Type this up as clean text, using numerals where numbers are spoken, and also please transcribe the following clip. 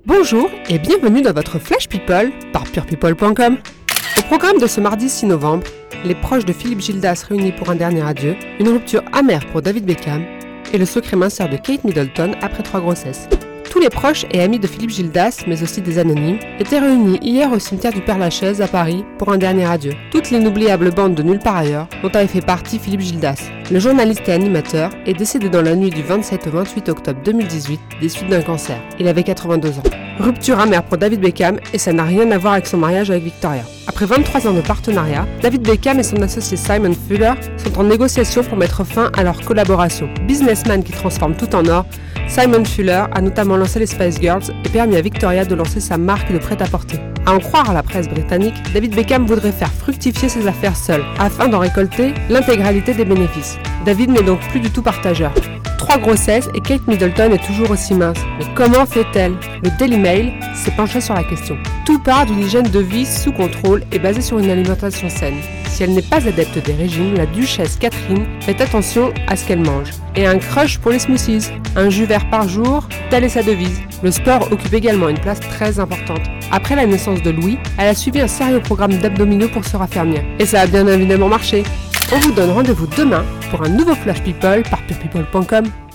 Bonjour et bienvenue dans votre Flash People par purepeople.com. Au programme de ce mardi 6 novembre, les proches de Philippe Gildas réunis pour un dernier adieu, une rupture amère pour David Beckham et le secret minceur de Kate Middleton après 3 grossesses. Tous les proches et amis de Philippe Gildas, mais aussi des anonymes, étaient réunis hier au cimetière du Père-Lachaise à Paris pour un dernier adieu. Toute l'inoubliable bande de Nulle part ailleurs dont avait fait partie Philippe Gildas. Le journaliste et animateur est décédé dans la nuit du 27 au 28 octobre 2018 des suites d'un cancer. Il avait 82 ans. Rupture amère pour David Beckham et ça n'a rien à voir avec son mariage avec Victoria. Après 23 ans de partenariat, David Beckham et son associé Simon Fuller sont en négociation pour mettre fin à leur collaboration. Businessman qui transforme tout en or, Simon Fuller a notamment lancé les Spice Girls et permis à Victoria de lancer sa marque de prêt-à-porter. À en croire à la presse britannique, David Beckham voudrait faire fructifier ses affaires seul, afin d'en récolter l'intégralité des bénéfices. David n'est donc plus du tout partageur. 3 grossesses et Kate Middleton est toujours aussi mince. Mais comment fait-elle ? Le Daily Mail s'est penché sur la question. Tout part d'une hygiène de vie sous contrôle et basée sur une alimentation saine. Si elle n'est pas adepte des régimes, la duchesse Catherine fait attention à ce qu'elle mange. Et un crush pour les smoothies. Un jus vert par jour, telle est sa devise. Le sport occupe également une place très importante. Après la naissance de Louis, elle a suivi un sérieux programme d'abdominaux pour se raffermir. Et ça a bien évidemment marché. On vous donne rendez-vous demain pour un nouveau Flash People par purepeople.com.